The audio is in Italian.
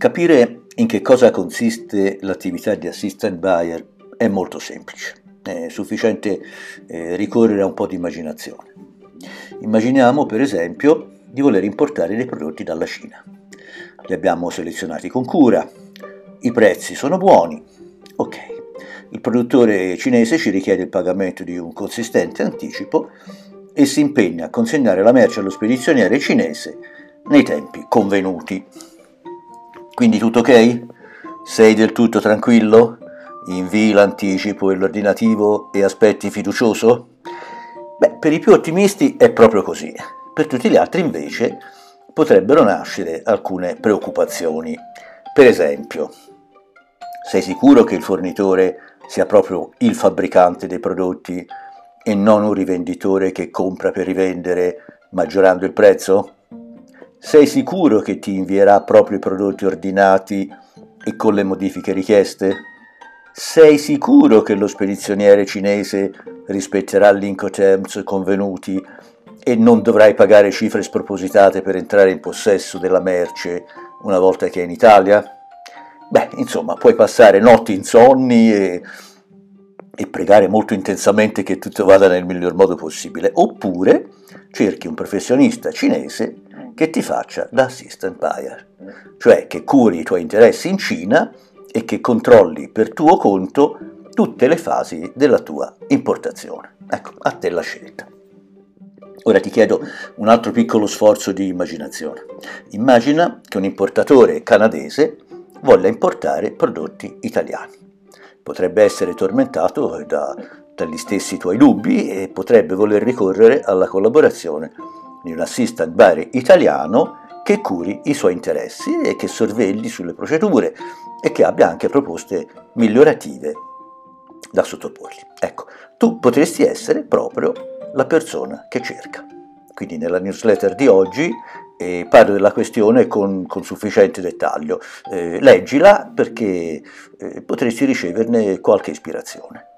Capire in che cosa consiste l'attività di assistant buyer è molto semplice, è sufficiente ricorrere a un po' di immaginazione. Immaginiamo per esempio di voler importare dei prodotti dalla Cina. Li abbiamo selezionati con cura, i prezzi sono buoni, ok. Il produttore cinese ci richiede il pagamento di un consistente anticipo e si impegna a consegnare la merce allo spedizioniere cinese nei tempi convenuti. Quindi tutto ok? Sei del tutto tranquillo? Invii l'anticipo e l'ordinativo e aspetti fiducioso? Beh, per i più ottimisti è proprio così. Per tutti gli altri invece potrebbero nascere alcune preoccupazioni. Per esempio, sei sicuro che il fornitore sia proprio il fabbricante dei prodotti e non un rivenditore che compra per rivendere maggiorando il prezzo? Sei sicuro che ti invierà proprio i prodotti ordinati e con le modifiche richieste? Sei sicuro che lo spedizioniere cinese rispetterà gli Incoterms convenuti e non dovrai pagare cifre spropositate per entrare in possesso della merce una volta che è in Italia? Beh, insomma, puoi passare notti insonni e pregare molto intensamente che tutto vada nel miglior modo possibile, oppure cerchi un professionista cinese che ti faccia da assistant buyer, cioè che curi i tuoi interessi in Cina e che controlli per tuo conto tutte le fasi della tua importazione. Ecco, a te la scelta. Ora ti chiedo un altro piccolo sforzo di immaginazione. Immagina che un importatore canadese voglia importare prodotti italiani. Potrebbe essere tormentato dagli stessi tuoi dubbi e potrebbe voler ricorrere alla collaborazione di un assistant buyer italiano che curi i suoi interessi e che sorvegli sulle procedure e che abbia anche proposte migliorative da sottoporgli. Ecco, tu potresti essere proprio la persona che cerca. Quindi nella newsletter di oggi parlo della questione con sufficiente dettaglio. Leggila perché potresti riceverne qualche ispirazione.